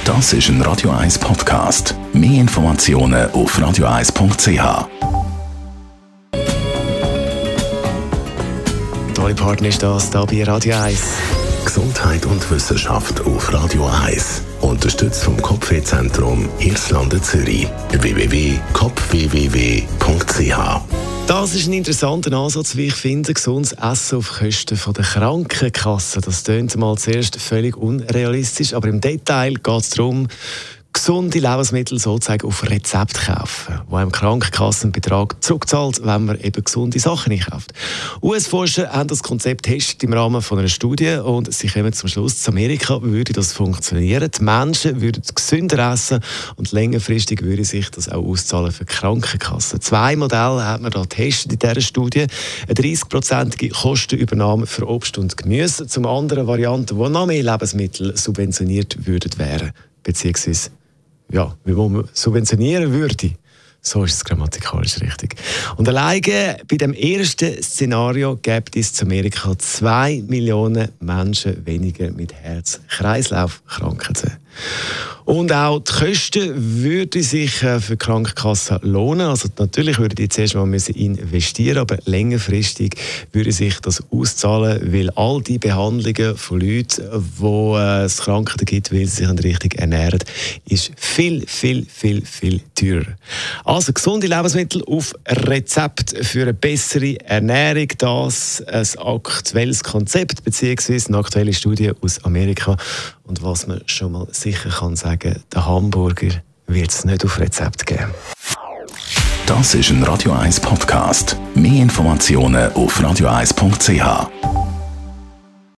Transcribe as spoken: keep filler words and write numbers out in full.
Das ist ein Radio eins Podcast. Mehr Informationen auf radio eins punkt c h. Dolly Parton ist das, hier bei Radio eins. Gesundheit und Wissenschaft auf Radio eins. Unterstützt vom Kopfwehzentrum Irlande Zürich. w w w punkt kopf w w w punkt c h. Das ist ein interessanter Ansatz, wie ich finde, gesundes Essen auf Kosten der Krankenkasse. Das klingt mal zuerst völlig unrealistisch, aber im Detail geht es darum, gesunde Lebensmittel sozusagen auf Rezept kaufen, wo einem Krankenkassenbetrag zurückzahlt, wenn man eben gesunde Sachen einkauft. U S-Forscher haben das Konzept getestet im Rahmen von einer Studie und sie kommen zum Schluss, in Amerika würde das funktionieren. Die Menschen würden gesünder essen und längerfristig würde sich das auch auszahlen für die Krankenkassen. Zwei Modelle hat man da getestet in dieser Studie. Eine dreißig-prozentige Kostenübernahme für Obst und Gemüse, zum anderen Varianten, wo noch mehr Lebensmittel subventioniert würden wären, beziehungsweise ja, wie man subventionieren würde. So ist es grammatikalisch richtig. Und alleine bei dem ersten Szenario gibt es zu Amerika zwei Millionen Menschen weniger mit Herz-Kreislauf-Krankheiten. Und auch die Kosten würden sich für die Krankenkasse lohnen. Also natürlich würden die zuerst mal investieren, aber längerfristig würde sich das auszahlen, weil all die Behandlungen von Leuten, wo es Krankheiten gibt, weil sie sich richtig ernähren, ist viel, viel, viel, viel teurer. Also gesunde Lebensmittel auf Rezept für eine bessere Ernährung, das ist ein aktuelles Konzept bzw. eine aktuelle Studie aus Amerika. Und was man schon mal sicher kann sagen, der Hamburger wird es nicht auf Rezept geben. Das ist ein Radio eins Podcast. Mehr Informationen auf radio eins punkt c h.